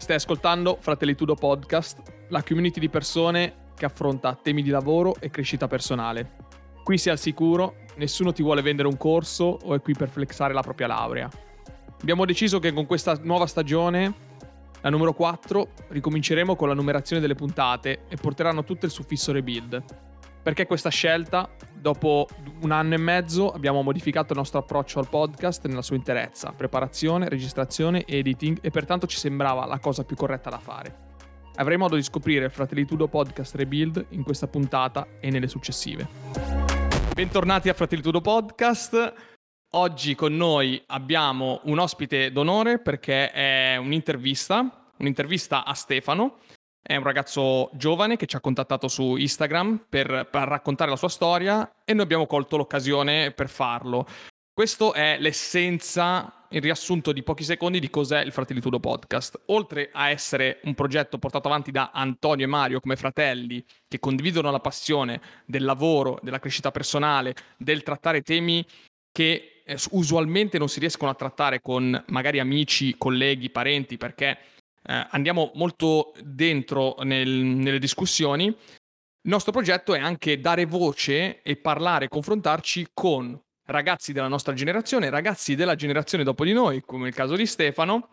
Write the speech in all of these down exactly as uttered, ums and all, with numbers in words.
Stai ascoltando Fratellitudo Podcast, la community di persone che affronta temi di lavoro e crescita personale. Qui sei al sicuro, nessuno ti vuole vendere un corso o è qui per flexare la propria laurea. Abbiamo deciso che con questa nuova stagione, la numero quattro, ricominceremo con la numerazione delle puntate e porteranno tutte il suffisso rebuild. Perché questa scelta? Dopo un anno e mezzo abbiamo modificato il nostro approccio al podcast nella sua interezza, preparazione, registrazione, editing, e pertanto ci sembrava la cosa più corretta da fare. Avrai modo di scoprire il Fratellitudo Podcast Rebuild in questa puntata e nelle successive. Bentornati a Fratellitudo Podcast. Oggi con noi abbiamo un ospite d'onore perché è un'intervista, un'intervista a Stefano. È un ragazzo giovane che ci ha contattato su Instagram per, per raccontare la sua storia e noi abbiamo colto l'occasione per farlo. Questo è l'essenza, il riassunto di pochi secondi di cos'è il Fratellitudo Podcast. Oltre a essere un progetto portato avanti da Antonio e Mario come fratelli che condividono la passione del lavoro, della crescita personale, del trattare temi che eh, usualmente non si riescono a trattare con magari amici, colleghi, parenti, perché eh, andiamo molto dentro nel, nelle discussioni. Il nostro progetto è anche dare voce e parlare, confrontarci con ragazzi della nostra generazione, ragazzi della generazione dopo di noi, come il caso di Stefano,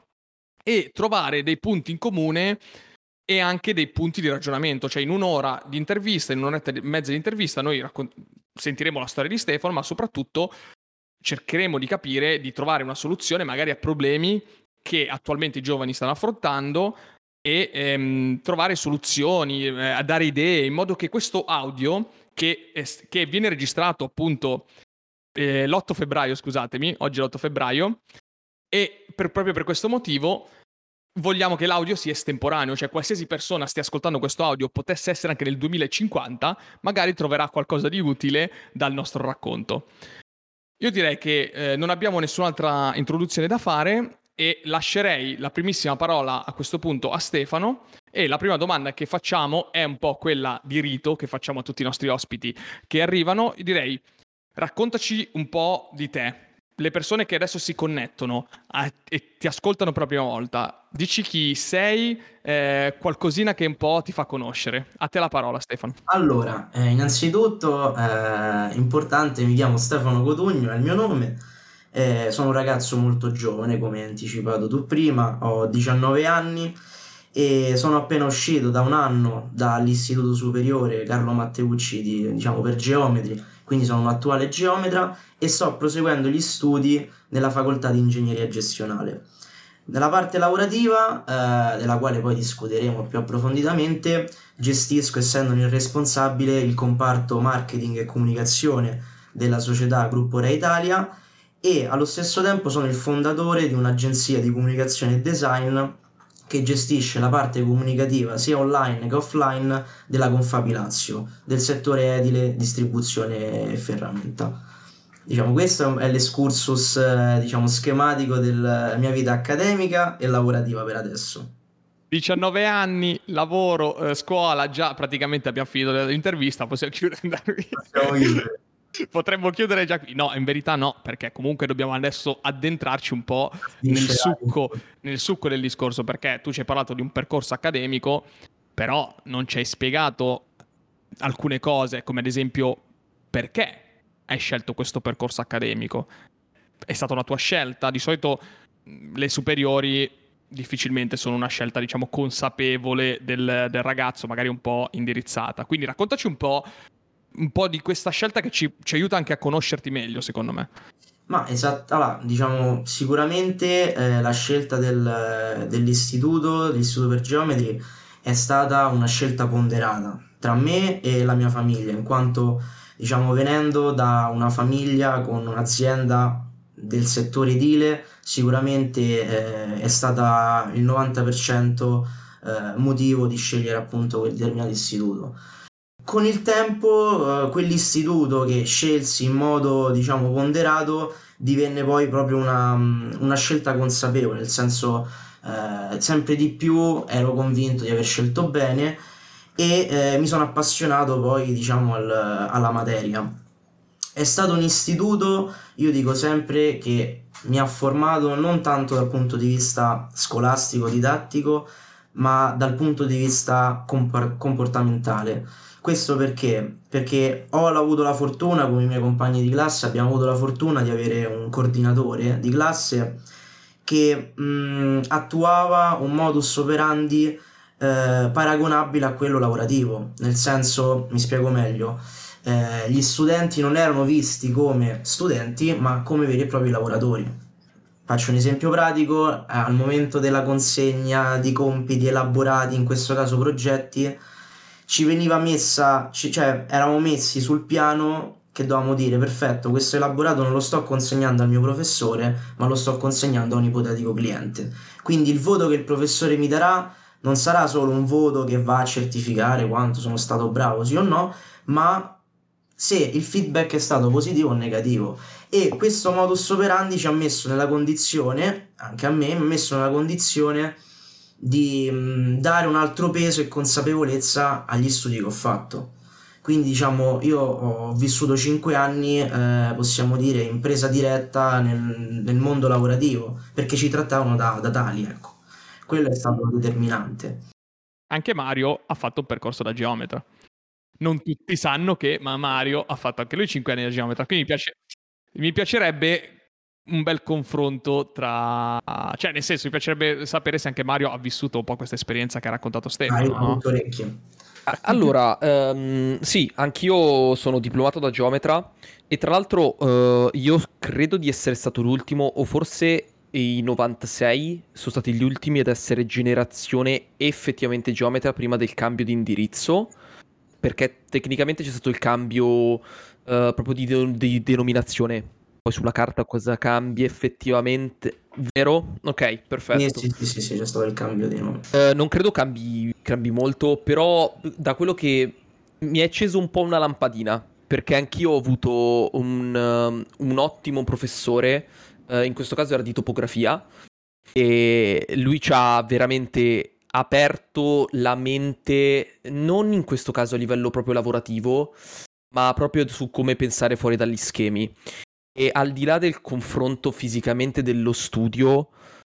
e trovare dei punti in comune e anche dei punti di ragionamento. Cioè in un'ora di intervista, in un'oretta e mezza di intervista, noi raccont- sentiremo la storia di Stefano, ma soprattutto cercheremo di capire, di trovare una soluzione magari a problemi che attualmente i giovani stanno affrontando e ehm, trovare soluzioni, eh, a dare idee, in modo che questo audio, che, eh, che viene registrato appunto eh, l'otto febbraio, scusatemi, oggi è l'otto febbraio, e per, proprio per questo motivo vogliamo che l'audio sia estemporaneo, cioè qualsiasi persona stia ascoltando questo audio, potesse essere anche nel duemilacinquanta, magari troverà qualcosa di utile dal nostro racconto. Io direi che eh, non abbiamo nessun'altra introduzione da fare e lascerei la primissima parola a questo punto a Stefano, e la prima domanda che facciamo è un po' quella di rito che facciamo a tutti i nostri ospiti che arrivano. Io direi: raccontaci un po' di te. Le persone che adesso si connettono a, e ti ascoltano per la prima volta, dici chi sei, eh, qualcosina che un po' ti fa conoscere. A te la parola, Stefano. Allora, eh, innanzitutto, eh, importante, mi chiamo Stefano Cotugno, è il mio nome, eh, sono un ragazzo molto giovane, come hai anticipato tu prima, ho diciannove anni e sono appena uscito da un anno dall'Istituto Superiore Carlo Matteucci di, diciamo, per geometri, quindi sono un attuale geometra e sto proseguendo gli studi nella facoltà di ingegneria gestionale. Nella parte lavorativa, eh, della quale poi discuteremo più approfonditamente, gestisco, essendone il responsabile, il comparto marketing e comunicazione della società Gruppo Re Italia e allo stesso tempo sono il fondatore di un'agenzia di comunicazione e design che gestisce la parte comunicativa sia online che offline della Confapi Lazio, del settore edile, distribuzione e ferramenta. Diciamo, questo è l'escursus, eh, diciamo, schematico della mia vita accademica e lavorativa per adesso. diciannove anni, lavoro, eh, scuola, già praticamente abbiamo finito l'intervista, possiamo chiudere da qui. Possiamo chiudere. Potremmo chiudere già qui. No, in verità no, perché comunque dobbiamo adesso addentrarci un po' nel Finisce succo, nel succo del discorso, perché tu ci hai parlato di un percorso accademico, però non ci hai spiegato alcune cose, come ad esempio perché hai scelto questo percorso accademico. È stata una tua scelta? Di solito mh, le superiori difficilmente sono una scelta, diciamo, consapevole del, del ragazzo, magari un po' indirizzata. Quindi raccontaci un po', un po' di questa scelta che ci, ci aiuta anche a conoscerti meglio, secondo me. Ma esatto, allora, diciamo, sicuramente eh, la scelta del- dell'istituto, dell'istituto per geometri, è stata una scelta ponderata tra me e la mia famiglia, in quanto, diciamo, venendo da una famiglia con un'azienda del settore edile, sicuramente eh, è stata il novanta per cento eh, motivo di scegliere appunto quel determinato istituto. Con il tempo, eh, quell'istituto che scelsi in modo, diciamo, ponderato divenne poi proprio una, una scelta consapevole, nel senso, eh, sempre di più ero convinto di aver scelto bene e eh, mi sono appassionato poi, diciamo, al- alla materia. È stato un istituto, io dico sempre, che mi ha formato non tanto dal punto di vista scolastico, didattico, ma dal punto di vista compor- comportamentale. Questo perché? Perché ho avuto la fortuna, come i miei compagni di classe, abbiamo avuto la fortuna di avere un coordinatore di classe che mh, attuava un modus operandi eh, paragonabile a quello lavorativo. Nel senso, mi spiego meglio, eh, gli studenti non erano visti come studenti, ma come veri e propri lavoratori. Faccio un esempio pratico: eh, al momento della consegna di compiti elaborati, in questo caso progetti, ci veniva messa, ci- cioè eravamo messi sul piano che dovevamo dire: perfetto, questo elaborato non lo sto consegnando al mio professore, ma lo sto consegnando a un ipotetico cliente. Quindi il voto che il professore mi darà non sarà solo un voto che va a certificare quanto sono stato bravo, sì o no, ma se il feedback è stato positivo o negativo. E questo modus operandi ci ha messo nella condizione, anche a me, mi ha messo nella condizione di mh, dare un altro peso e consapevolezza agli studi che ho fatto. Quindi diciamo, io ho vissuto cinque anni, eh, possiamo dire, in presa diretta nel, nel mondo lavorativo, perché ci trattavano da, da tali, ecco. Quello è stato determinante. Anche Mario ha fatto un percorso da geometra. Non tutti sanno che, ma Mario ha fatto anche lui cinque anni da geometra, quindi mi, piace, mi piacerebbe un bel confronto tra... Cioè, nel senso, mi piacerebbe sapere se anche Mario ha vissuto un po' questa esperienza che ha raccontato Ah, io Stefano, ho no? tutto orecchie. A- Allora, ehm, sì, anch'io sono diplomato da geometra e tra l'altro eh, io credo di essere stato l'ultimo, o forse i novantasei sono stati gli ultimi ad essere generazione effettivamente geometra prima del cambio di indirizzo, perché tecnicamente c'è stato il cambio eh, proprio di, de- di denominazione. Poi sulla carta cosa cambia effettivamente, vero? Ok, Sì, perfetto. sì, sì, sì, sì, c'è stato il cambio di nome. Eh, non credo cambi, cambi molto, però da quello che mi è acceso un po' una lampadina, perché anch'io ho avuto un, um, un ottimo professore, eh, in questo caso era di topografia, e lui ci ha veramente aperto la mente, non in questo caso a livello proprio lavorativo, ma proprio su come pensare fuori dagli schemi. E al di là del confronto fisicamente dello studio,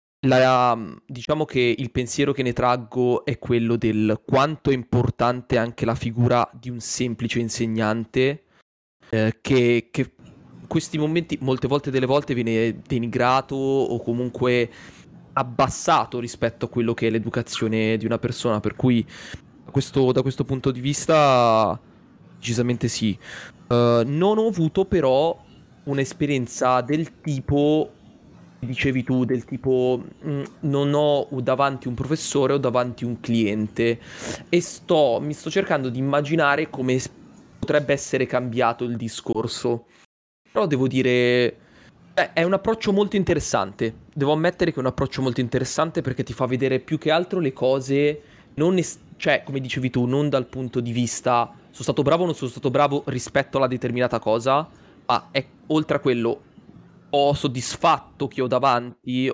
la- diciamo che il pensiero che ne traggo è quello del quanto è importante anche la figura di un semplice insegnante, eh, che, che in questi momenti, molte volte delle volte, viene denigrato o comunque abbassato rispetto a quello che è l'educazione di una persona. Per cui da questo, da questo punto di vista, decisamente sì. Eh, non ho avuto però un'esperienza del tipo, dicevi tu, del tipo mh, non ho davanti un professore, ho davanti un cliente e sto, mi sto cercando di immaginare come s- potrebbe essere cambiato il discorso. Però devo dire, beh, è un approccio molto interessante. Devo ammettere che è un approccio molto interessante perché ti fa vedere più che altro le cose, non es- cioè, come dicevi tu, non dal punto di vista sono stato bravo o non sono stato bravo rispetto alla determinata cosa, ma è oltre a quello, ho soddisfatto chi ho davanti.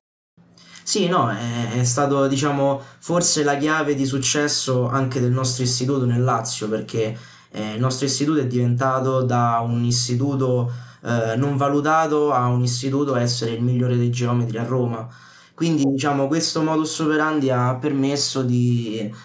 Sì, no, è, è stato, diciamo, forse la chiave di successo anche del nostro istituto nel Lazio, perché eh, il nostro istituto è diventato da un istituto eh, non valutato a un istituto a essere il migliore dei geometri a Roma. Quindi, diciamo, questo modus operandi ha permesso di, eh,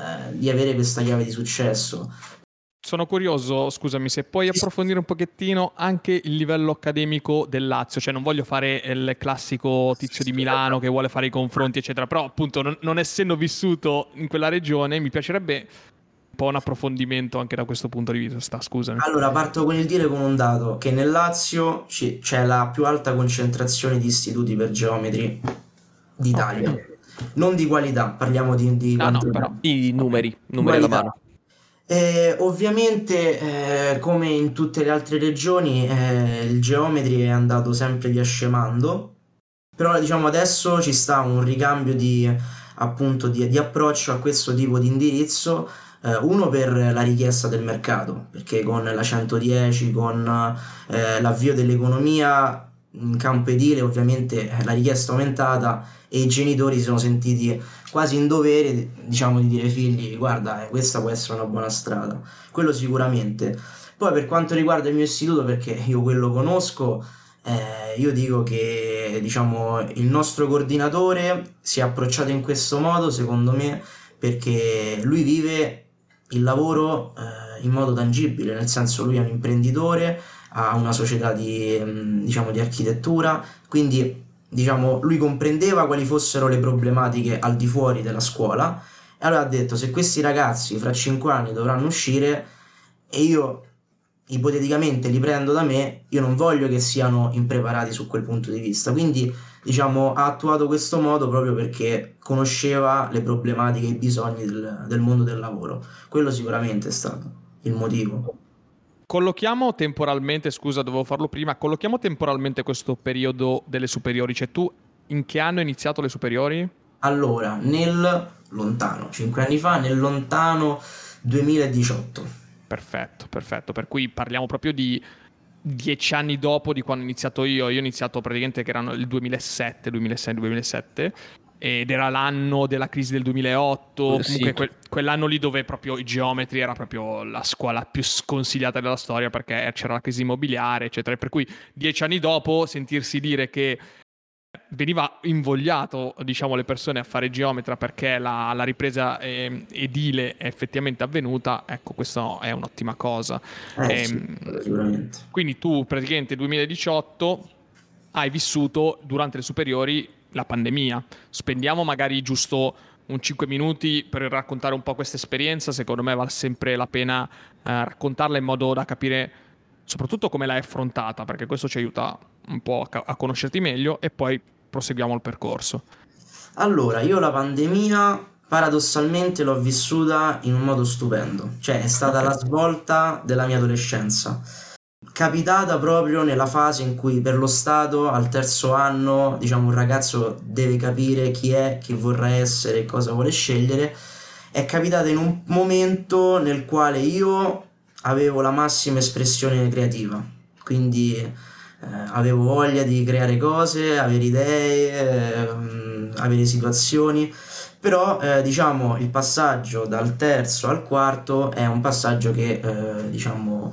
di avere questa chiave di successo. Sono curioso, scusami, se puoi Sì, sì. approfondire un pochettino anche il livello accademico del Lazio, cioè non voglio fare il classico tizio di Milano che vuole fare i confronti, eccetera, però appunto non, non essendo vissuto in quella regione mi piacerebbe un po' un approfondimento anche da questo punto di vista, scusami. Allora, parto con il dire con un dato, che nel Lazio ci- c'è la più alta concentrazione di istituti per geometri d'Italia. Ok. Non di qualità, parliamo di, di Ah no, quantità. però, I va bene. numeri, numeri alla Qualità. mano. Eh, ovviamente, eh, come in tutte le altre regioni, eh, il geometri è andato sempre via scemando, però diciamo adesso ci sta un ricambio di, appunto, di, di approccio a questo tipo di indirizzo, eh, uno per la richiesta del mercato, perché con la centodieci, con eh, l'avvio dell'economia in campo edile, ovviamente eh, la richiesta è aumentata e i genitori si sono sentiti quasi in dovere, diciamo, di dire ai figli: guarda, eh, questa può essere una buona strada, quello sicuramente. Poi per quanto riguarda il mio istituto, perché io quello conosco, Eh, io dico che, diciamo, il nostro coordinatore si è approcciato in questo modo, secondo me, perché lui vive il lavoro eh, in modo tangibile, nel senso lui è un imprenditore, ha una società di, mm, diciamo, di architettura, quindi diciamo, lui comprendeva quali fossero le problematiche al di fuori della scuola e allora ha detto se questi ragazzi fra cinque anni dovranno uscire e io ipoteticamente li prendo da me, io non voglio che siano impreparati su quel punto di vista. Quindi, diciamo, ha attuato questo modo proprio perché conosceva le problematiche e i bisogni del, del mondo del lavoro. Quello sicuramente è stato il motivo. Collochiamo temporalmente, scusa, dovevo farlo prima, collochiamo temporalmente questo periodo delle superiori, cioè tu in che anno hai iniziato le superiori? Allora, nel lontano, cinque anni fa, nel lontano duemiladiciotto. Perfetto, perfetto, per cui parliamo proprio di dieci anni dopo di quando ho iniziato io. Io ho iniziato praticamente che erano il duemilasette, duemilasei, duemilasette ed era l'anno della crisi del duemilaotto, Eh, comunque Sì, quel- quell'anno lì dove proprio i geometri era proprio la scuola più sconsigliata della storia perché c'era la crisi immobiliare, eccetera. Per cui dieci anni dopo sentirsi dire che veniva invogliato, diciamo, le persone a fare geometra perché la, la ripresa eh, edile è effettivamente avvenuta, ecco, questa è un'ottima cosa. Eh sì, Ehm, quello sicuramente. quindi tu praticamente duemiladiciotto hai vissuto durante le superiori la pandemia. Spendiamo magari giusto un cinque minuti per raccontare un po' questa esperienza. Secondo me vale sempre la pena eh, raccontarla in modo da capire soprattutto come l'hai affrontata, perché questo ci aiuta un po' a, ca- a conoscerti meglio e poi proseguiamo il percorso. Allora, io la pandemia paradossalmente l'ho vissuta in un modo stupendo, cioè è stata Ok. la svolta della mia adolescenza, capitata proprio nella fase in cui per lo Stato al terzo anno, diciamo, un ragazzo deve capire chi è, chi vorrà essere e cosa vuole scegliere, è capitata in un momento nel quale io avevo la massima espressione creativa, quindi eh, avevo voglia di creare cose, avere idee, ehm, avere situazioni, però eh, diciamo il passaggio dal terzo al quarto è un passaggio che eh, diciamo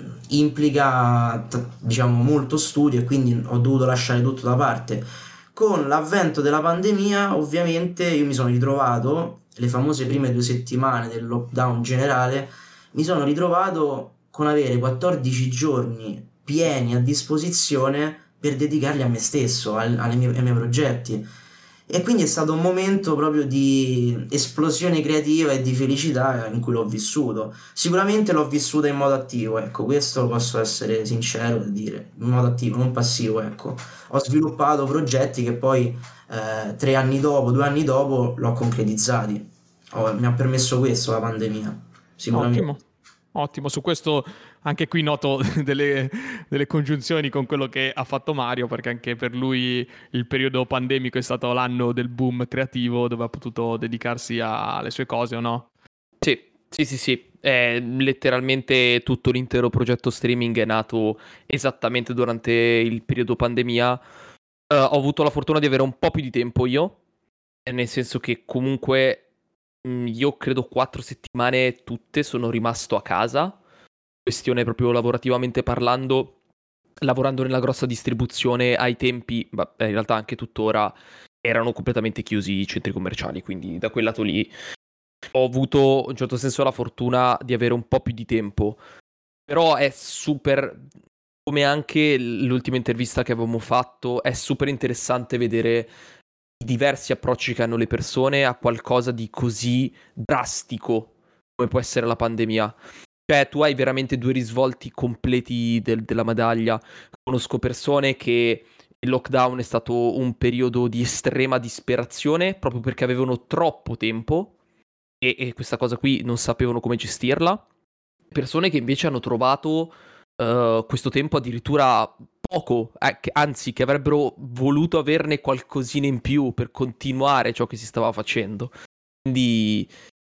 implica t- diciamo molto studio e quindi ho dovuto lasciare tutto da parte. Con l'avvento della pandemia, ovviamente, io mi sono ritrovato, le famose prime due settimane del lockdown generale, mi sono ritrovato con avere quattordici giorni pieni a disposizione per dedicarli a me stesso, al- alle mie- ai miei progetti. E quindi è stato un momento proprio di esplosione creativa e di felicità in cui l'ho vissuto. Sicuramente l'ho vissuta in modo attivo, ecco, questo posso essere sincero e dire, in modo attivo, non passivo, ecco. Ho sviluppato progetti che poi eh, tre anni dopo, due anni dopo, l'ho concretizzati. Ho- mi ha permesso questo la pandemia, Ottimo, sicuramente. ottimo. Su questo anche qui noto delle, delle congiunzioni con quello che ha fatto Mario, perché anche per lui il periodo pandemico è stato l'anno del boom creativo dove ha potuto dedicarsi a- alle sue cose, o no? sì, sì, sì, sì. Eh, letteralmente tutto l'intero progetto streaming è nato esattamente durante il periodo pandemia. Eh, ho avuto la fortuna di avere un po' più di tempo io, eh, nel senso che comunque mh, io credo quattro settimane tutte sono rimasto a casa, questione proprio lavorativamente parlando, lavorando nella grossa distribuzione ai tempi, ma eh, in realtà anche tuttora erano completamente chiusi i centri commerciali, quindi da quel lato lì ho avuto in un certo senso la fortuna di avere un po' più di tempo, però è super, come anche l'ultima intervista che avevamo fatto, è super interessante vedere i diversi approcci che hanno le persone a qualcosa di così drastico come può essere la pandemia. Cioè, tu hai veramente due risvolti completi del- della medaglia. Conosco persone che il lockdown è stato un periodo di estrema disperazione proprio perché avevano troppo tempo e, e questa cosa qui non sapevano come gestirla. Persone che invece hanno trovato eh, questo tempo addirittura poco, eh, che- anzi che avrebbero voluto averne qualcosina in più per continuare ciò che si stava facendo. Quindi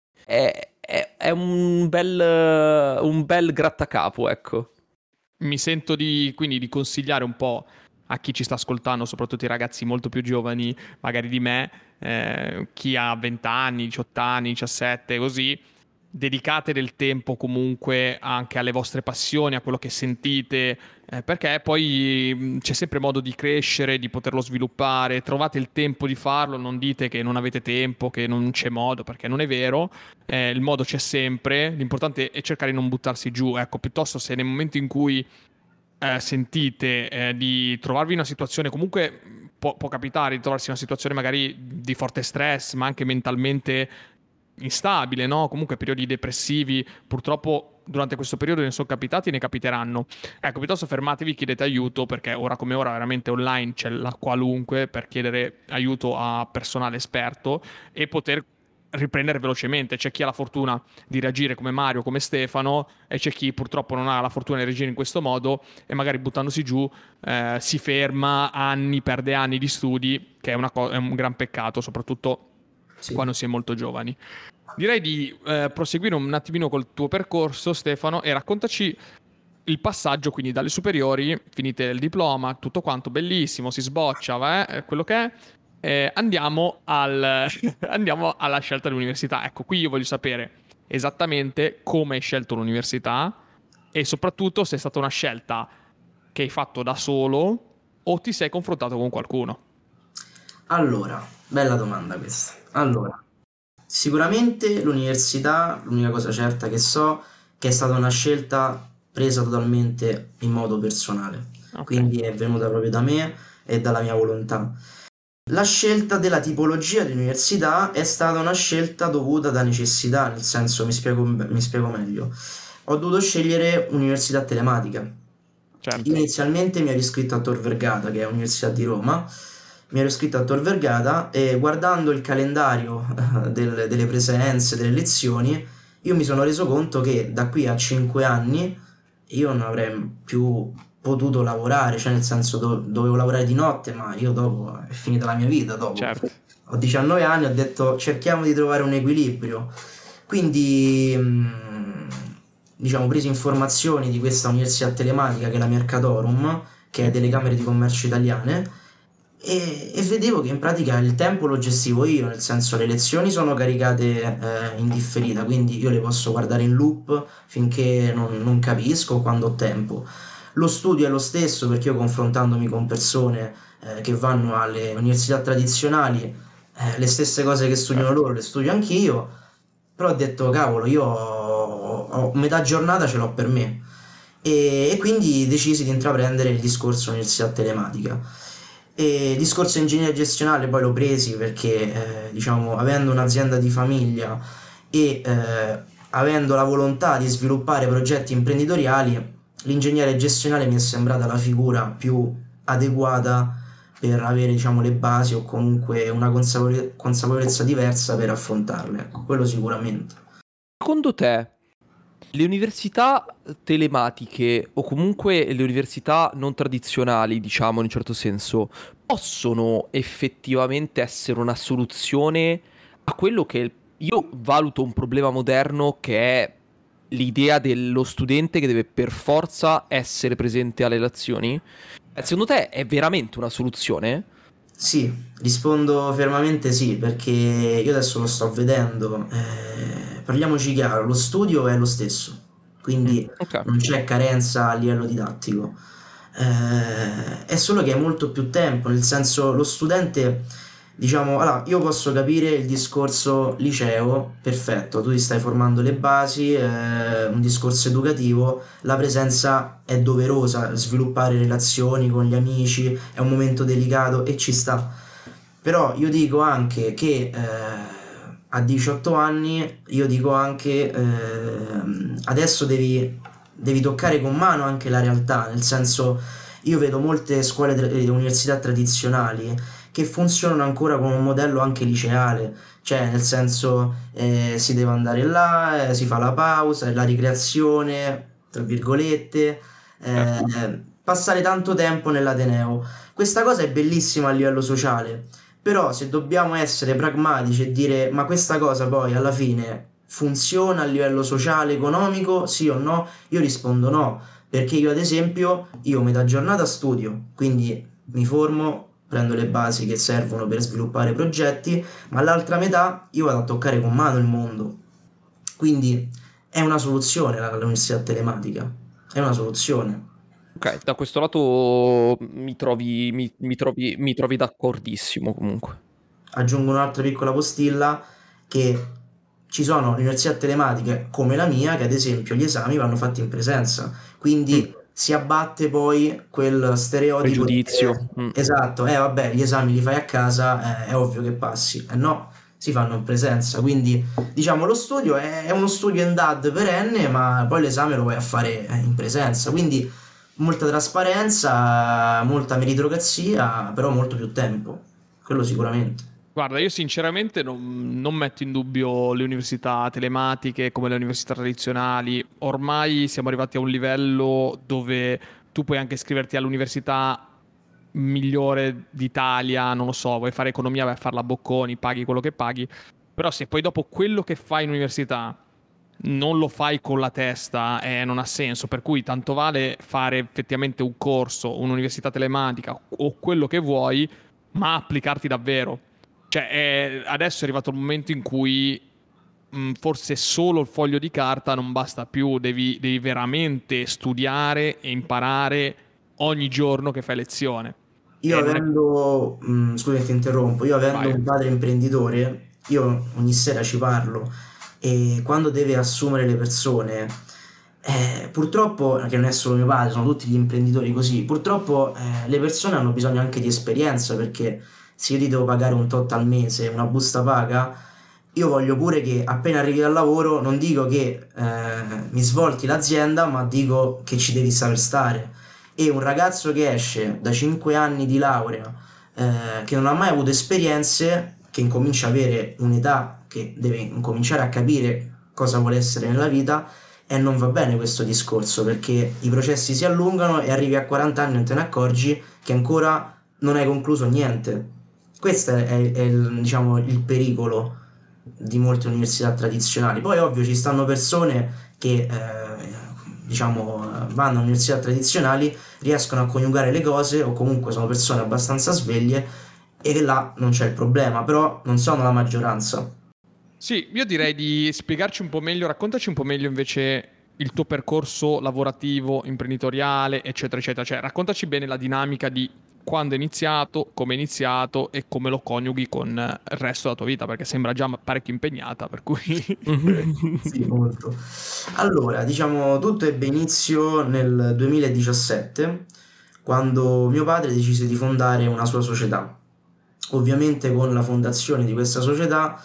è, è- è un bel, eh, un bel grattacapo, ecco. Mi sento di, quindi di consigliare un po' a chi ci sta ascoltando, soprattutto i ragazzi molto più giovani, magari di me, eh, chi ha venti anni, diciotto anni, diciassette, così, dedicate del tempo comunque anche alle vostre passioni, a quello che sentite, eh, perché poi mh, c'è sempre modo di crescere, di poterlo sviluppare, trovate il tempo di farlo, non dite che non avete tempo, che non c'è modo, perché non è vero, eh, il modo c'è sempre, l'importante è cercare di non buttarsi giù, ecco, piuttosto se nel momento in cui eh, sentite eh, di trovarvi in una situazione, comunque può, può capitare di trovarsi in una situazione magari di forte stress, ma anche mentalmente instabile, no? Comunque periodi depressivi, purtroppo durante questo periodo ne sono capitati e ne capiteranno. Ecco, piuttosto fermatevi, chiedete aiuto, perché ora come ora veramente online c'è la qualunque per chiedere aiuto a personale esperto e poter riprendere velocemente. C'è chi ha la fortuna di reagire come Mario, come Stefano, e c'è chi purtroppo non ha la fortuna di reagire in questo modo e magari buttandosi giù eh, si ferma anni, perde anni di studi, che è, una co- è un gran peccato, soprattutto Sì. quando si è molto giovani. Direi di eh, proseguire un attimino col tuo percorso, Stefano, e raccontaci il passaggio quindi dalle superiori, finite il diploma, tutto quanto bellissimo, si sboccia, va, eh, quello che è. Eh, andiamo, al, andiamo alla scelta dell'università. Ecco, qui io voglio sapere esattamente come hai scelto l'università e soprattutto se è stata una scelta che hai fatto da solo o ti sei confrontato con qualcuno. Allora, bella domanda questa. Allora, sicuramente l'università, l'unica cosa certa che so, che è stata una scelta presa totalmente in modo personale, Ok. quindi è venuta proprio da me e dalla mia volontà. La scelta della tipologia di università è stata una scelta dovuta da necessità, nel senso, mi spiego, mi spiego meglio. Ho dovuto scegliere università telematica. Certo. Io inizialmente mi ero iscritto a Tor Vergata, che è l'Università di Roma, mi ero iscritto a Tor Vergata e guardando il calendario eh, del- delle presenze, delle lezioni, io mi sono reso conto che da qui a cinque anni io non avrei più potuto lavorare, cioè nel senso do- dovevo lavorare di notte, ma io dopo è finita la mia vita, dopo Certo. ho diciannove anni, ho detto cerchiamo di trovare un equilibrio. Quindi, mh, diciamo, presi informazioni di questa università telematica che è la Mercatorum, che è delle Camere di Commercio italiane, e, e vedevo che in pratica il tempo lo gestivo io, nel senso le lezioni sono caricate eh, in differita, quindi io le posso guardare in loop finché non, non capisco quando ho tempo. Lo studio è lo stesso perché io confrontandomi con persone eh, che vanno alle università tradizionali, eh, le stesse cose che studiano Certo. loro le studio anch'io, però ho detto cavolo, io ho, ho metà giornata ce l'ho per me e, e quindi decisi di intraprendere il discorso università telematica. E il discorso ingegneria gestionale poi l'ho presi perché, eh, diciamo, avendo un'azienda di famiglia e eh, avendo la volontà di sviluppare progetti imprenditoriali, l'ingegnere gestionale mi è sembrata la figura più adeguata per avere, diciamo, le basi o comunque una consapevole- consapevolezza diversa per affrontarle, ecco, quello sicuramente. Secondo te, le università telematiche o comunque le università non tradizionali, diciamo in un certo senso, possono effettivamente essere una soluzione a quello che io valuto un problema moderno, che è l'idea dello studente che deve per forza essere presente alle lezioni? Eh, Secondo te è veramente una soluzione? Sì, rispondo fermamente sì, perché io adesso lo sto vedendo. Eh, parliamoci chiaro, lo studio è lo stesso, Mm, quindi ok. non c'è carenza a livello didattico. Eh, è solo che hai molto più tempo, nel senso lo studente, diciamo, allora io posso capire il discorso liceo, perfetto, tu ti stai formando le basi, eh, un discorso educativo, la presenza è doverosa, sviluppare relazioni con gli amici è un momento delicato e ci sta. Però io dico anche che eh, a diciotto anni, io dico anche ehm, adesso devi, devi toccare con mano anche la realtà, nel senso io vedo molte scuole tra- e università tradizionali che funzionano ancora con un modello anche liceale, cioè nel senso eh, si deve andare là, eh, si fa la pausa, la ricreazione, tra virgolette, Certo. eh, passare tanto tempo nell'Ateneo. Questa cosa è bellissima a livello sociale, però se dobbiamo essere pragmatici e dire ma questa cosa poi alla fine funziona a livello sociale, economico, sì o no? Io rispondo no, perché io ad esempio, io metà giornata studio, quindi mi formo, prendo le basi che servono per sviluppare progetti, ma l'altra metà io vado a toccare con mano il mondo. Quindi è una soluzione la- l'università telematica, è una soluzione. Ok, da questo lato mi trovi, mi, mi trovi, mi trovi d'accordissimo comunque. Aggiungo un'altra piccola postilla, che ci sono università telematiche come la mia che ad esempio gli esami vanno fatti in presenza, quindi Mm. si abbatte poi quel stereotipo di Pregiudizio. dire, Mm. esatto, eh vabbè, gli esami li fai a casa, eh, è ovvio che passi. Eh no, si fanno in presenza, quindi diciamo lo studio è, è uno studio in D A D perenne, ma poi l'esame lo vai a fare eh, in presenza, quindi molta trasparenza, molta meritocrazia, però molto più tempo, quello sicuramente. Guarda, io sinceramente non, non metto in dubbio le università telematiche come le università tradizionali. Ormai siamo arrivati a un livello dove tu puoi anche iscriverti all'università migliore d'Italia, non lo so, vuoi fare economia, vai a farla a Bocconi, paghi quello che paghi. Però se poi dopo quello che fai in università non lo fai con la testa, eh, non ha senso. Per cui tanto vale fare effettivamente un corso, un'università telematica o quello che vuoi, ma applicarti davvero. Cioè, è- adesso è arrivato il momento in cui mh, forse solo il foglio di carta non basta più, devi, devi veramente studiare e imparare ogni giorno che fai lezione. Io E non è... avendo, mh, scusa che ti interrompo, io avendo Vai. un padre imprenditore, io ogni sera ci parlo e quando deve assumere le persone, eh, purtroppo, che non è solo mio padre, sono tutti gli imprenditori così, purtroppo eh, le persone hanno bisogno anche di esperienza perché se io ti devo pagare un tot al mese, una busta paga, io voglio pure che appena arrivi dal lavoro non dico che eh, mi svolti l'azienda, ma dico che ci devi saper stare. E un ragazzo che esce da cinque anni di laurea, eh, che non ha mai avuto esperienze, che incomincia a avere un'età, che deve incominciare a capire cosa vuole essere nella vita, e non va bene questo discorso perché i processi si allungano e arrivi a quaranta anni e non te ne accorgi che ancora non hai concluso niente. Questo è, è- è il, diciamo, il pericolo di molte università tradizionali. Poi ovvio ci stanno persone che eh, diciamo vanno a università tradizionali, riescono a coniugare le cose o comunque sono persone abbastanza sveglie e là non c'è il problema, però non sono la maggioranza. Sì, io direi di spiegarci un po' meglio, raccontaci un po' meglio invece il tuo percorso lavorativo, imprenditoriale, eccetera, eccetera. Cioè, raccontaci bene la dinamica di quando è iniziato, come è iniziato e come lo coniughi con eh, il resto della tua vita, perché sembra già parecchio impegnata, per cui... Sì, molto. Allora, diciamo, tutto ebbe inizio nel duemiladiciassette, quando mio padre decise di fondare una sua società. Ovviamente con la fondazione di questa società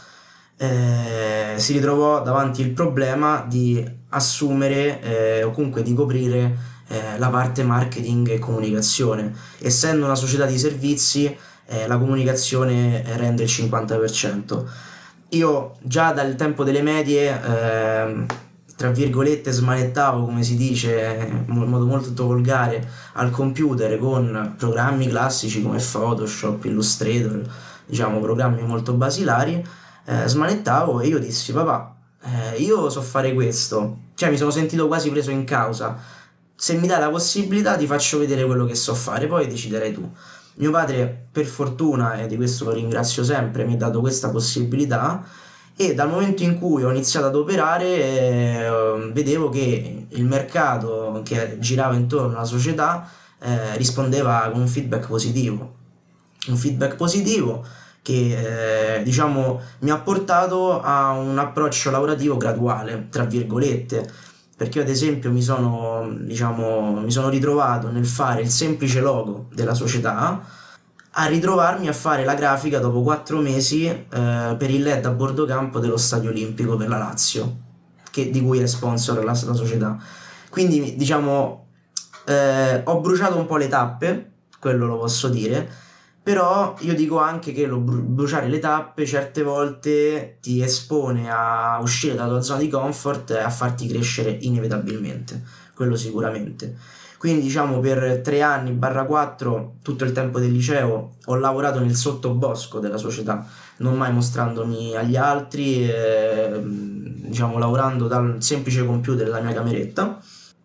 eh, si ritrovò davanti il problema di assumere eh, o comunque di coprire eh, la parte marketing e comunicazione. Essendo una società di servizi, eh, la comunicazione rende il cinquanta per cento. Io già dal tempo delle medie, ehm, tra virgolette, smanettavo, come si dice in modo molto volgare, al computer con programmi classici come Photoshop, Illustrator, diciamo programmi molto basilari, eh, smanettavo e io dissi, papà, eh, io so fare questo, cioè mi sono sentito quasi preso in causa, se mi dai la possibilità ti faccio vedere quello che so fare, poi deciderai tu. Mio padre, per fortuna, e di questo lo ringrazio sempre, mi ha dato questa possibilità e dal momento in cui ho iniziato ad operare eh, vedevo che il mercato che girava intorno alla società eh, rispondeva con un feedback positivo. Un feedback positivo che eh, diciamo mi ha portato a un approccio lavorativo graduale, tra virgolette, perché io ad esempio mi sono, diciamo, mi sono ritrovato nel fare il semplice logo della società a ritrovarmi a fare la grafica dopo quattro mesi eh, per il L E D a bordo campo dello Stadio Olimpico per la Lazio, che- di cui è sponsor la, la società. Quindi diciamo eh, ho bruciato un po' le tappe, quello lo posso dire, però io dico anche che lo bru- bruciare le tappe certe volte ti espone a uscire dalla tua zona di comfort e a farti crescere inevitabilmente, quello sicuramente. Quindi diciamo per tre anni barra quattro, tutto il tempo del liceo, ho lavorato nel sottobosco della società, non mai mostrandomi agli altri, eh, diciamo lavorando dal semplice computer della mia cameretta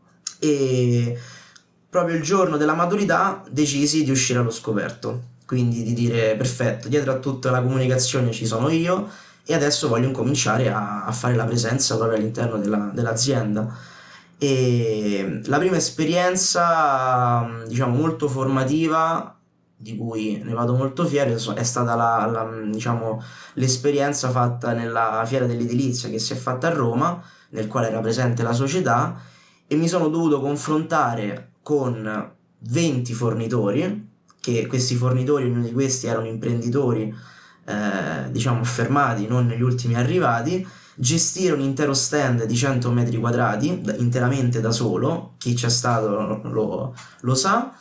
e proprio il giorno della maturità decisi di uscire allo scoperto, quindi di dire perfetto, dietro a tutta la comunicazione ci sono io e adesso voglio incominciare a, a fare la presenza proprio all'interno della, dell'azienda. E la prima esperienza, diciamo, molto formativa, di cui ne vado molto fiero, è stata la, la, diciamo, l'esperienza fatta nella fiera dell'edilizia che si è fatta a Roma, nel quale era presente la società, e mi sono dovuto confrontare con venti fornitori, che questi fornitori, ognuno di questi erano imprenditori, eh, diciamo, affermati, non gli ultimi arrivati, gestire un intero stand di cento metri quadrati interamente da solo, chi c'è stato lo, lo sa,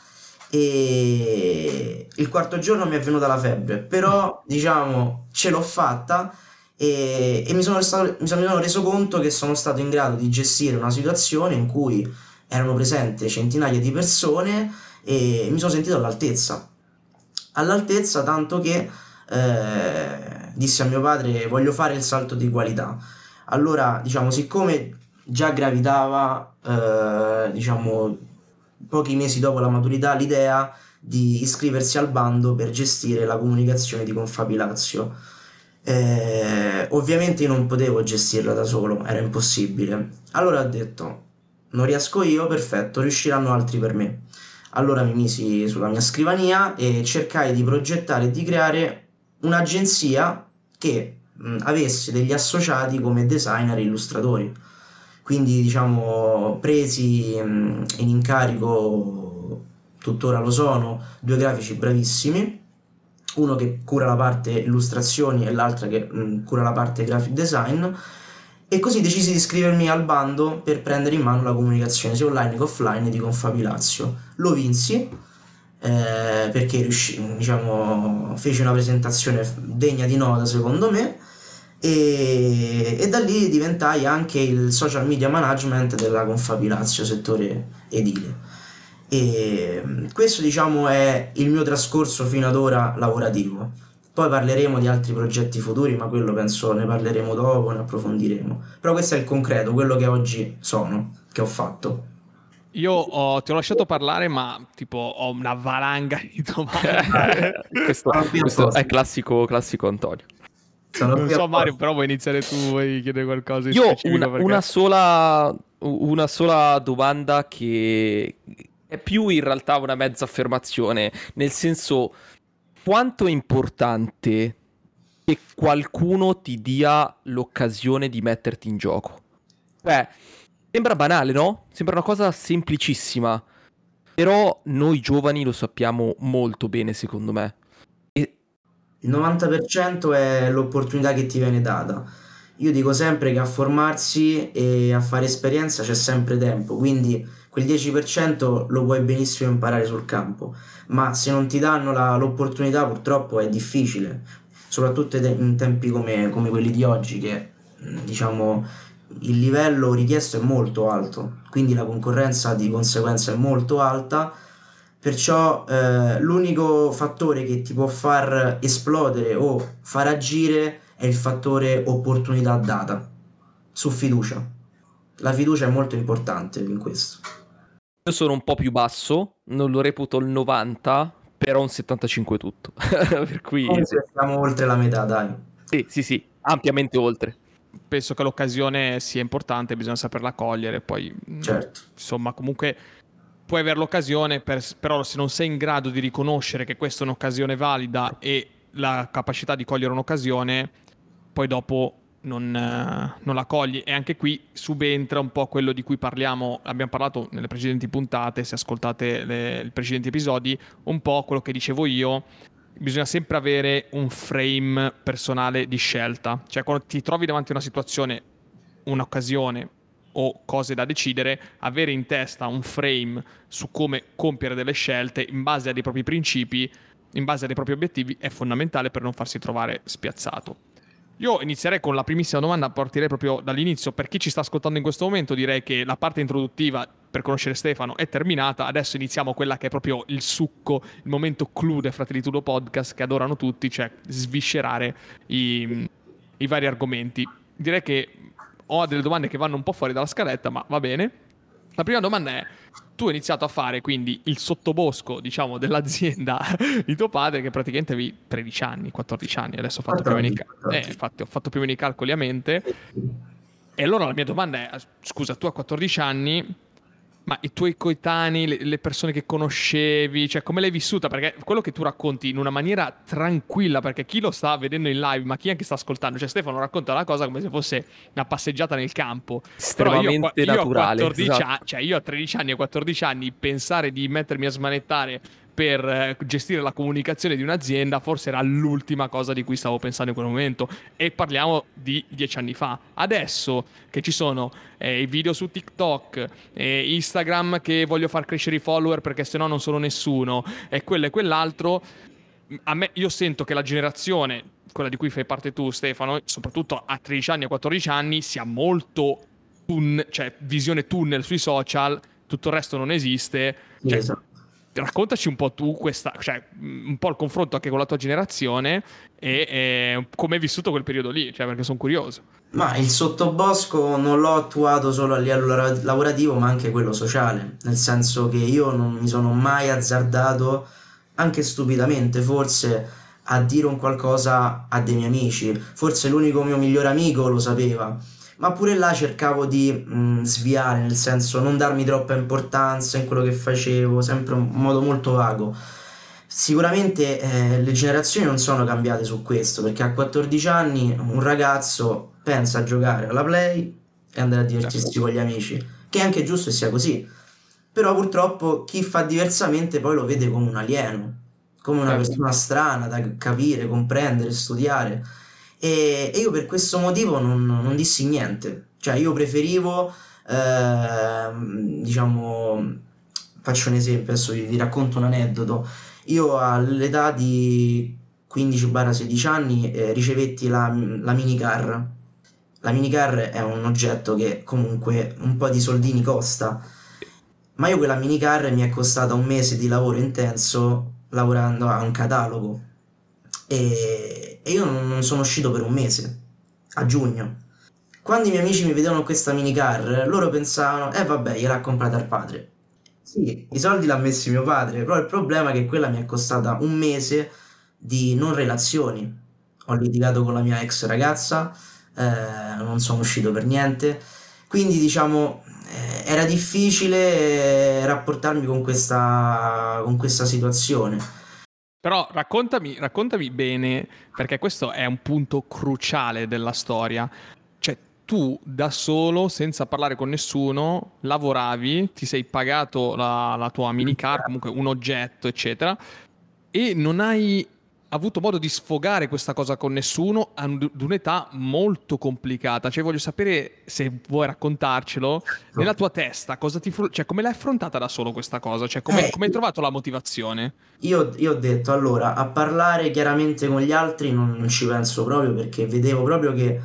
e il quarto giorno mi è venuta la febbre, però diciamo ce l'ho fatta e, e mi, sono stato, mi sono reso conto che sono stato in grado di gestire una situazione in cui erano presenti centinaia di persone e mi sono sentito all'altezza, all'altezza tanto che eh, dissi a mio padre: voglio fare il salto di qualità. Allora, diciamo, siccome già gravitava, eh, diciamo, pochi mesi dopo la maturità, l'idea di iscriversi al bando per gestire la comunicazione di Confapilazio. Eh, ovviamente io non potevo gestirla da solo, era impossibile. Allora ho detto: non riesco io, perfetto, riusciranno altri per me. Allora mi misi sulla mia scrivania e cercai di progettare e di creare un'agenzia che mh, avesse degli associati come designer e illustratori. Quindi, diciamo, presi mh, in incarico, tuttora lo sono, due grafici bravissimi, uno che cura la parte illustrazioni e l'altra che mh, cura la parte graphic design, e così decisi di iscrivermi al bando per prendere in mano la comunicazione sia online che offline di Confapilazio. Lo vinsi, eh, perché riuscì, diciamo, feci una presentazione degna di nota secondo me, e, e da lì diventai anche il social media management della Confapilazio settore edile. E questo, diciamo, è il mio trascorso fino ad ora lavorativo. Poi parleremo di altri progetti futuri, ma quello penso ne parleremo dopo, ne approfondiremo. Però questo è il concreto, quello che oggi sono, che ho fatto. Io ho, ti ho lasciato parlare, ma tipo ho una valanga di domande. questo, questo è classico, classico Antonio. Sono Non qui so, apposta. Mario, però vuoi iniziare tu, vuoi chiedere qualcosa di Io ho specifico? una, perché... una sola una sola domanda che è più in realtà una mezza affermazione, nel senso: quanto è importante che qualcuno ti dia l'occasione di metterti in gioco? Cioè, sembra banale, no? Sembra una cosa semplicissima, però noi giovani lo sappiamo molto bene, secondo me. E Il novanta per cento è l'opportunità che ti viene data. Io dico sempre che a formarsi e a fare esperienza c'è sempre tempo, quindi quel dieci per cento lo puoi benissimo imparare sul campo, ma se non ti danno la- l'opportunità purtroppo è difficile, soprattutto in te- in tempi come, come quelli di oggi, che mh, diciamo il livello richiesto è molto alto, quindi la concorrenza di conseguenza è molto alta. Perciò eh, l'unico fattore che ti può far esplodere o far agire è il fattore opportunità data, su fiducia. La fiducia è molto importante in questo. io sono un po' più basso, non lo reputo il novanta, però un settantacinque tutto. Per cui sì. Comunque siamo oltre la metà, dai. Sì, sì, sì, ampiamente oltre. Penso che l'occasione sia importante, bisogna saperla cogliere. Poi, mh, Certo. insomma, comunque puoi avere l'occasione, per- però se non sei in grado di riconoscere che questa è un'occasione valida e la capacità di cogliere un'occasione, poi dopo non, eh, non la cogli. E anche qui subentra un po' quello di cui parliamo, abbiamo parlato nelle precedenti puntate, se ascoltate le, i precedenti episodi, un po' quello che dicevo io. Bisogna sempre avere un frame personale di scelta, cioè quando ti trovi davanti a una situazione, un'occasione o cose da decidere, avere in testa un frame su come compiere delle scelte in base a dei propri principi, in base a dei propri obiettivi, è fondamentale per non farsi trovare spiazzato. Io inizierei con la primissima domanda, partirei proprio dall'inizio. Per chi ci sta ascoltando in questo momento, direi che la parte introduttiva per conoscere Stefano è terminata. Adesso iniziamo quella che è proprio il succo, il momento clou del Fratelli Tudo Podcast che adorano tutti, cioè sviscerare i, i vari argomenti. Direi che ho delle domande che vanno un po' fuori dalla scaletta, ma va bene. La prima domanda è: tu hai iniziato a fare quindi il sottobosco, diciamo, dell'azienda di tuo padre, che praticamente avevi tredici anni, quattordici anni, adesso ho fatto più o meno i, quattordici, ca- eh, quattordici. infatti ho fatto più o meno i calcoli a mente. E allora la mia domanda è: scusa, tu a quattordici anni, ma i tuoi coetanei, le, le persone che conoscevi, cioè come l'hai vissuta? Perché quello che tu racconti in una maniera tranquilla, perché chi lo sta vedendo in live, ma chi anche sta ascoltando, cioè Stefano racconta la cosa come se fosse una passeggiata nel campo. Però io, a qua- Estremamente io a naturale, quattordici anni, esatto. cioè io a tredici anni e quattordici anni, pensare di mettermi a smanettare per eh, gestire la comunicazione di un'azienda forse era l'ultima cosa di cui stavo pensando in quel momento, e parliamo di dieci anni fa. Adesso che ci sono eh, i video su TikTok, eh, Instagram che voglio far crescere i follower perché sennò non sono nessuno, e quello e quell'altro, a me, io sento che la generazione, quella di cui fai parte tu Stefano, soprattutto a tredici anni e quattordici anni, sia molto tun- cioè visione tunnel sui social, tutto il resto non esiste. Sì, Cioè, esatto. raccontaci un po' tu questa, cioè un po' il confronto anche con la tua generazione, e, e come hai vissuto quel periodo lì, cioè perché sono curioso. Ma il sottobosco non l'ho attuato solo a livello la- lavorativo, ma anche quello sociale, nel senso che io non mi sono mai azzardato, anche stupidamente forse, a dire un qualcosa a dei miei amici. Forse l'unico mio migliore amico lo sapeva, ma pure là cercavo di mh, sviare, nel senso non darmi troppa importanza in quello che facevo, sempre in modo molto vago. Sicuramente eh, le generazioni non sono cambiate su questo, perché a quattordici anni un ragazzo pensa a giocare alla Play e andare a Certo. divertirsi con gli amici, che è anche giusto e sia così. Però purtroppo chi fa diversamente poi lo vede come un alieno, come una Certo. persona strana da capire, comprendere, studiare. E, e io per questo motivo non, non dissi niente. Cioè io preferivo, ehm, diciamo, faccio un esempio, adesso vi, vi racconto un aneddoto. Io all'età di quindici sedici anni eh, ricevetti la, la minicar. La minicar è un oggetto che comunque un po' di soldini costa, ma io quella minicar mi è costata un mese di lavoro intenso lavorando a un catalogo e, e io non, non sono uscito per un mese, a giugno. Quando i miei amici mi vedevano con questa minicar, loro pensavano, eh vabbè, gliel'ha comprata al padre. Sì, i soldi l'ha messi mio padre, però il problema è che quella mi è costata un mese di non relazioni. Ho litigato con la mia ex ragazza, eh, non sono uscito per niente, quindi diciamo eh, era difficile eh, rapportarmi con questa, con questa situazione. Però raccontami, raccontami bene, perché questo è un punto cruciale della storia. Cioè, tu da solo, senza parlare con nessuno, lavoravi, ti sei pagato la, la tua minicar, comunque un oggetto, eccetera, e non hai avuto modo di sfogare questa cosa con nessuno ad un'età molto complicata. Cioè, voglio sapere, se vuoi raccontarcelo, nella tua testa, cosa ti fru- cioè, come l'hai affrontata da solo questa cosa? Cioè, come, Eh, come hai trovato la motivazione? Io, io ho detto allora, a parlare chiaramente con gli altri non, non ci penso proprio perché vedevo proprio che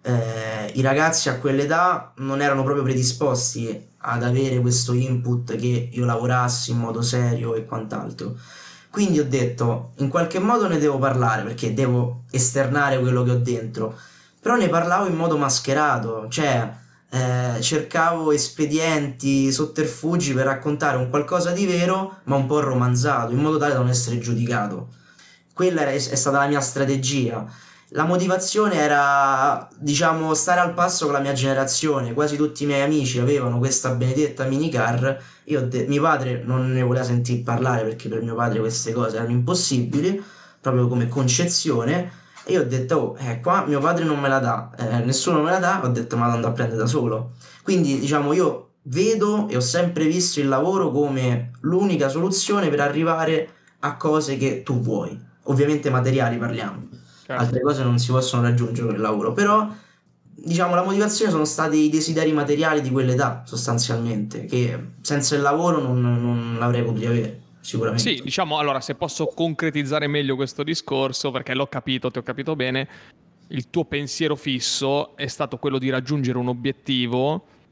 eh, i ragazzi a quell'età non erano proprio predisposti ad avere questo input che io lavorassi in modo serio e quant'altro. Quindi ho detto, in qualche modo ne devo parlare perché devo esternare quello che ho dentro, però ne parlavo in modo mascherato, cioè eh, cercavo espedienti, sotterfugi per raccontare un qualcosa di vero, ma un po' romanzato, in modo tale da non essere giudicato. Quella era- è stata la mia strategia. La motivazione era, diciamo, stare al passo con la mia generazione. Quasi tutti i miei amici avevano questa benedetta minicar. Io ho de- mio padre non ne voleva sentire parlare perché per mio padre queste cose erano impossibili, proprio come concezione. E io ho detto, oh, eh, qua mio padre non me la dà, eh, nessuno me la dà, ho detto, ma la andò a prendere da solo. Quindi, diciamo, io vedo e ho sempre visto il lavoro come l'unica soluzione per arrivare a cose che tu vuoi. Ovviamente materiali parliamo, Certo. altre cose non si possono raggiungere con il lavoro, però, diciamo, la motivazione sono stati i desideri materiali di quell'età, sostanzialmente, che senza il lavoro non, non l'avrei potuto avere, Sì, sicuramente. diciamo, allora, se posso concretizzare meglio questo discorso, perché l'ho capito, ti ho capito bene, il tuo pensiero fisso è stato quello di raggiungere un obiettivo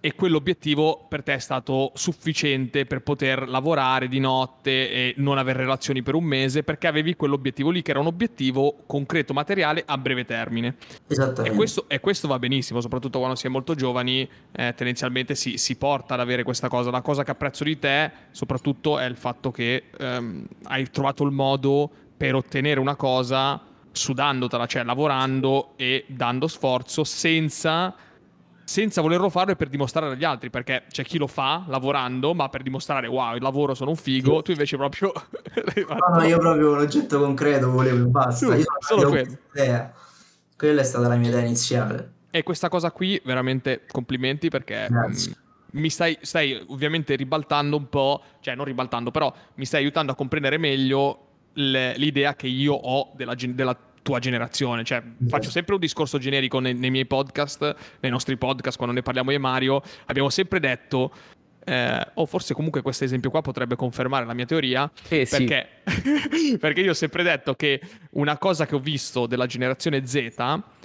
e quell'obiettivo per te è stato sufficiente per poter lavorare di notte e non avere relazioni per un mese, perché avevi quell'obiettivo lì che era un obiettivo concreto, materiale, a breve termine. Esattamente. E questo, e questo va benissimo, soprattutto quando si è molto giovani, eh, tendenzialmente si, si porta ad avere questa cosa. La cosa che apprezzo di te soprattutto è il fatto che ehm, hai trovato il modo per ottenere una cosa sudandotela, cioè lavorando e dando sforzo senza... senza volerlo fare per dimostrare agli altri, perché c'è chi lo fa lavorando, ma per dimostrare wow, il lavoro sono un figo, Sì. tu invece proprio... No, no, io proprio l'oggetto concreto volevo e basta. Tu, Io solo avevo quello. questa. Quella è stata la mia idea iniziale. E questa cosa qui, veramente complimenti, perché mh, Grazie. mi stai, stai ovviamente ribaltando un po', cioè non ribaltando, però mi stai aiutando a comprendere meglio le- l'idea che io ho della, gen- della tua generazione. Cioè, faccio sempre un discorso generico nei, nei miei podcast, nei nostri podcast, quando ne parliamo io e Mario, abbiamo sempre detto... Eh, o forse comunque questo esempio qua potrebbe confermare la mia teoria, Eh sì, perché, perché io ho sempre detto che una cosa che ho visto della generazione Z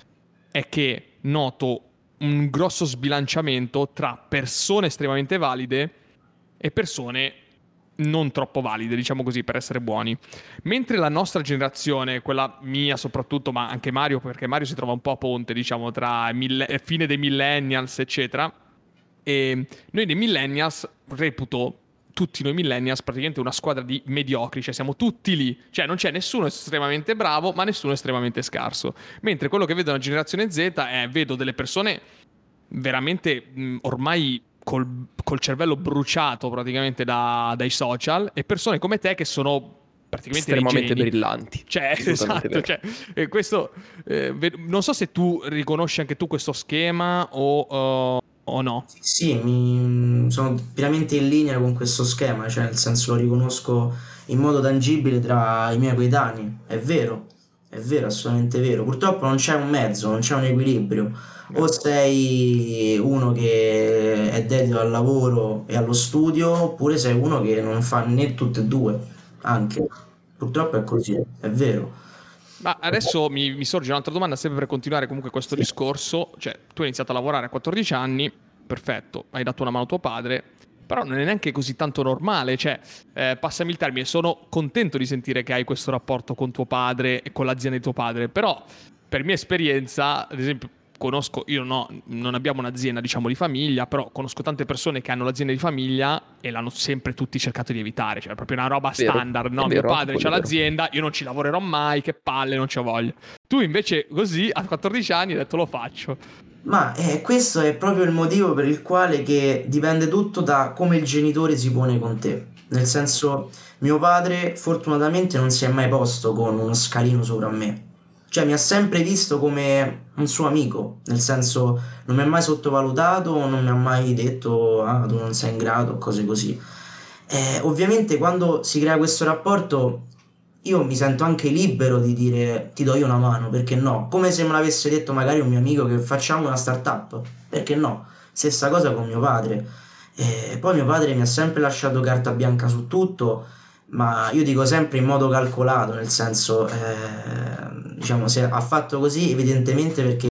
è che noto un grosso sbilanciamento tra persone estremamente valide e persone non troppo valide, diciamo così, per essere buoni. Mentre la nostra generazione, quella mia soprattutto, ma anche Mario, perché Mario si trova un po' a ponte, diciamo, tra mille- fine dei millennials, eccetera, e noi dei millennials, reputo tutti noi millennials praticamente una squadra di mediocri, cioè siamo tutti lì, cioè non c'è nessuno estremamente bravo ma nessuno estremamente scarso, mentre quello che vedo nella generazione Z è vedo delle persone veramente mh, ormai col, col cervello bruciato praticamente da- dai social, e persone come te che sono praticamente dei estremamente geni. brillanti. Cioè, Assolutamente esatto, vero. cioè, eh, questo, eh, ve- non so se tu riconosci anche tu questo schema o, uh, o no. Sì, mi, sono pienamente in linea con questo schema, cioè nel senso lo riconosco in modo tangibile tra i miei coetanei. È vero, è vero, assolutamente vero. Purtroppo non c'è un mezzo, non c'è un equilibrio. O sei uno che è dedito al lavoro e allo studio, oppure sei uno che non fa né tutte e due. Anche. Purtroppo è così, è vero. Ma adesso mi, mi sorge un'altra domanda, sempre per continuare comunque questo Sì. discorso. Cioè, tu hai iniziato a lavorare a quattordici anni, perfetto, hai dato una mano a tuo padre, però non è neanche così tanto normale. Cioè, eh, passami il termine, sono contento di sentire che hai questo rapporto con tuo padre e con l'azienda di tuo padre, però per mia esperienza, ad esempio, conosco, io no, non abbiamo un'azienda diciamo di famiglia, però conosco tante persone che hanno l'azienda di famiglia e l'hanno sempre tutti cercato di evitare, cioè è proprio una roba Vero, standard, no? è Mio vero, padre quello c'ha è vero. l'azienda, io non ci lavorerò mai, che palle, non c'ho voglia. Tu invece così a quattordici anni hai detto lo faccio. Ma eh, questo è proprio il motivo per il quale che dipende tutto da come il genitore si pone con te. Nel senso, mio padre fortunatamente non si è mai posto con uno scalino sopra me. Cioè mi ha sempre visto come un suo amico, nel senso non mi ha mai sottovalutato, non mi ha mai detto ah tu non sei in grado, cose così. Eh, ovviamente quando si crea questo rapporto io mi sento anche libero di dire ti do io una mano, perché no? Come se me l'avesse detto magari un mio amico che facciamo una startup, perché no? Stessa cosa con mio padre. E poi mio padre mi ha sempre lasciato carta bianca su tutto, ma io dico sempre in modo calcolato, nel senso, eh, diciamo, se ha fatto così evidentemente perché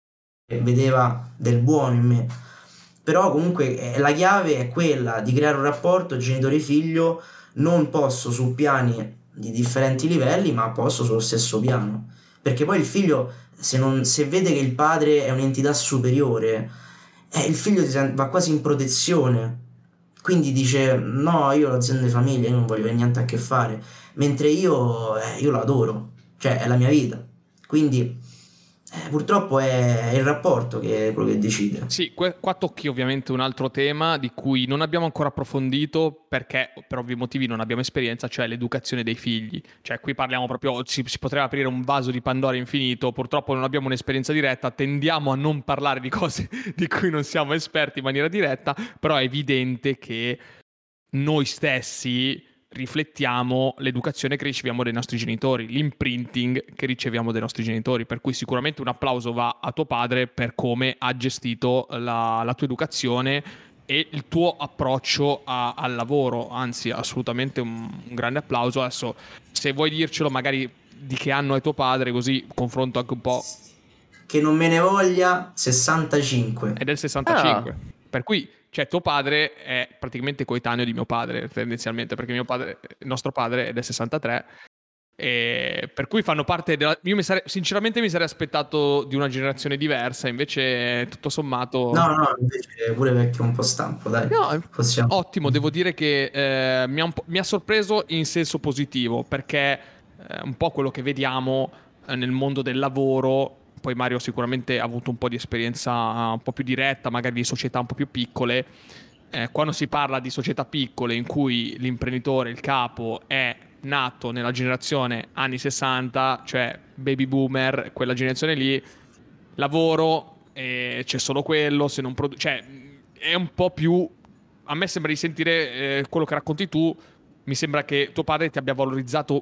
vedeva del buono in me. Però comunque eh, la chiave è quella di creare un rapporto genitore-figlio, non posso su piani di differenti livelli, ma posso sullo stesso piano. Perché poi il figlio, se, non, se vede che il padre è un'entità superiore, eh, il figlio si sente- va quasi in protezione. Quindi dice: no, io ho l'azienda di famiglia, io non voglio avere niente a che fare. Mentre io, eh, io lo adoro, cioè è la mia vita. Quindi eh, purtroppo è il rapporto che è quello che decide. Sì, que- qua tocchi ovviamente un altro tema di cui non abbiamo ancora approfondito perché per ovvi motivi non abbiamo esperienza, cioè l'educazione dei figli. Cioè qui parliamo proprio, si, si potrebbe aprire un vaso di Pandora infinito, purtroppo non abbiamo un'esperienza diretta, tendiamo a non parlare di cose di cui non siamo esperti in maniera diretta, però è evidente che noi stessi riflettiamo l'educazione che riceviamo dai nostri genitori, l'imprinting che riceviamo dai nostri genitori, per cui sicuramente un applauso va a tuo padre per come ha gestito la, la tua educazione e il tuo approccio a- al lavoro, anzi assolutamente un, un grande applauso. Adesso se vuoi dircelo magari di che anno è tuo padre, così confronto anche un po'. Che non me ne voglia, sessantacinque. È del Ah, sessantacinque, per cui Cioè tuo padre è praticamente coetaneo di mio padre tendenzialmente, perché mio padre, il nostro padre è del sessantatré, e per cui fanno parte della... Io mi sarei, sinceramente mi sarei aspettato di una generazione diversa, invece tutto sommato... No, no, invece pure vecchio un po' stampo, dai. No, Possiamo. ottimo, devo dire che eh, mi, ha un po'- mi ha sorpreso in senso positivo, perché eh, un po' quello che vediamo eh, nel mondo del lavoro, poi Mario sicuramente ha avuto un po' di esperienza un po' più diretta, magari di società un po' più piccole, eh, quando si parla di società piccole in cui l'imprenditore, il capo, è nato nella generazione anni sessanta, cioè baby boomer, quella generazione lì, lavoro, e c'è solo quello, se non produ- cioè è un po' più... A me sembra di sentire eh, quello che racconti tu, mi sembra che tuo padre ti abbia valorizzato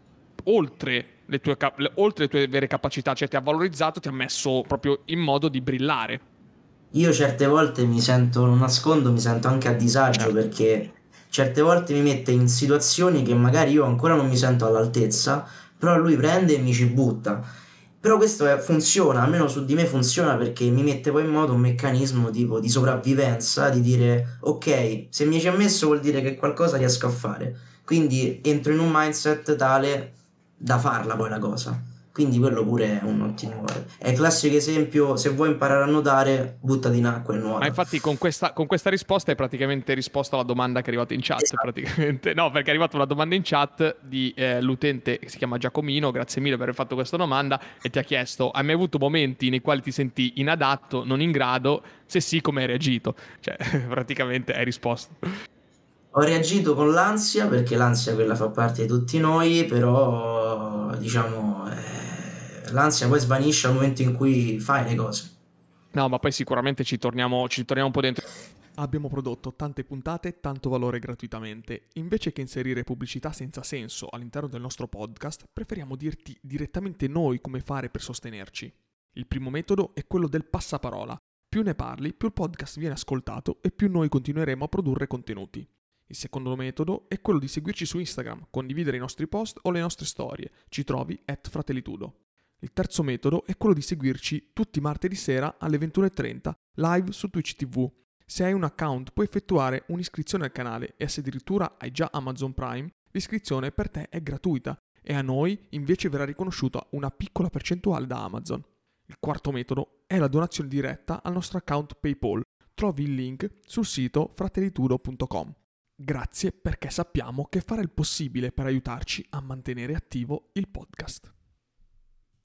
oltre le tue, cap- le- oltre le tue vere capacità, cioè ti ha valorizzato, ti ha messo proprio in modo di brillare. Io certe volte mi sento, non nascondo, mi sento anche a disagio Certo. perché certe volte mi mette in situazioni che magari io ancora non mi sento all'altezza, però lui prende e mi ci butta. Però questo è- funziona, almeno su di me funziona perché mi mette poi in moto un meccanismo tipo di sopravvivenza, di dire ok, se mi ci ha messo vuol dire che qualcosa riesco a fare. Quindi entro in un mindset tale da farla poi la cosa. Quindi quello pure è un ottimo. È il classico esempio: se vuoi imparare a nuotare, buttati in acqua e Ma nuota. infatti con questa, con questa risposta hai praticamente risposto alla domanda che è arrivata in chat, Esatto. praticamente. No, perché è arrivata una domanda in chat di eh, l'utente che si chiama Giacomino, grazie mille per aver fatto questa domanda, e ti ha chiesto: hai mai avuto momenti nei quali ti senti inadatto, non in grado? Se sì, come hai reagito? Cioè, praticamente hai risposto. Ho reagito con l'ansia, perché l'ansia quella fa parte di tutti noi, però diciamo eh, l'ansia poi svanisce al momento in cui fai le cose. No, ma poi sicuramente ci torniamo, ci torniamo un po' dentro. Abbiamo prodotto tante puntate, tanto valore gratuitamente. Invece che inserire pubblicità senza senso all'interno del nostro podcast, preferiamo dirti direttamente noi come fare per sostenerci. Il primo metodo è quello del passaparola. Più ne parli, più il podcast viene ascoltato e più noi continueremo a produrre contenuti. Il secondo metodo è quello di seguirci su Instagram, condividere i nostri post o le nostre storie. Ci trovi at Fratellitudo. Il terzo metodo è quello di seguirci tutti i martedì sera alle ventuno e trenta live su Twitch ti vu. Se hai un account puoi effettuare un'iscrizione al canale e se addirittura hai già Amazon Prime, l'iscrizione per te è gratuita e a noi invece verrà riconosciuta una piccola percentuale da Amazon. Il quarto metodo è la donazione diretta al nostro account PayPal. Trovi il link sul sito fratellitudo punto com. Grazie perché sappiamo che fare il possibile per aiutarci a mantenere attivo il podcast.